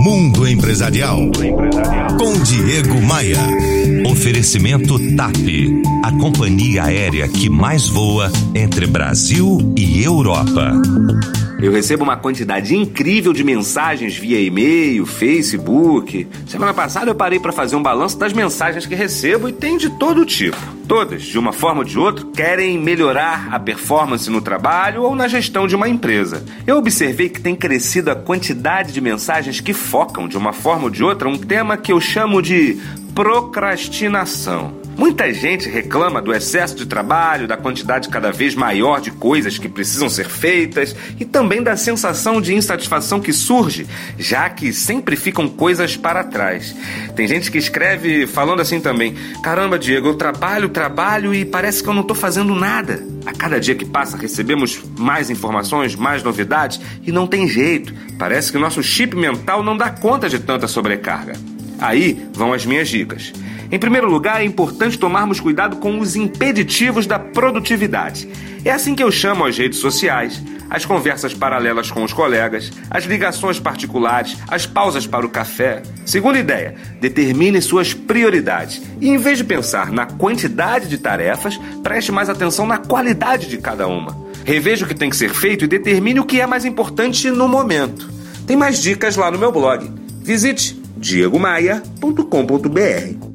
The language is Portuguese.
Mundo Empresarial com Diego Maia. Oferecimento TAP, a companhia aérea que mais voa entre Brasil e Europa. Eu recebo uma quantidade incrível de mensagens via e-mail, Facebook. Semana passada eu parei para fazer um balanço das mensagens que recebo e tem de todo tipo. Todas, de uma forma ou de outra, querem melhorar a performance no trabalho ou na gestão de uma empresa. Eu observei que tem crescido a quantidade de mensagens que focam, de uma forma ou de outra, um tema que eu chamo de procrastinação. Muita gente reclama do excesso de trabalho, da quantidade cada vez maior de coisas que precisam ser feitas e também da sensação de insatisfação que surge, já que sempre ficam coisas para trás. Tem gente que escreve falando assim também: caramba, Diego, eu trabalho e parece que eu não estou fazendo nada. A cada dia que passa recebemos mais informações, mais novidades e não tem jeito. Parece que o nosso chip mental não dá conta de tanta sobrecarga. Aí vão as minhas dicas. Em primeiro lugar, é importante tomarmos cuidado com os impeditivos da produtividade. É assim que eu chamo as redes sociais, as conversas paralelas com os colegas, as ligações particulares, as pausas para o café. Segunda ideia, determine suas prioridades. E em vez de pensar na quantidade de tarefas, preste mais atenção na qualidade de cada uma. Reveja o que tem que ser feito e determine o que é mais importante no momento. Tem mais dicas lá no meu blog. Visite diegomaia.com.br.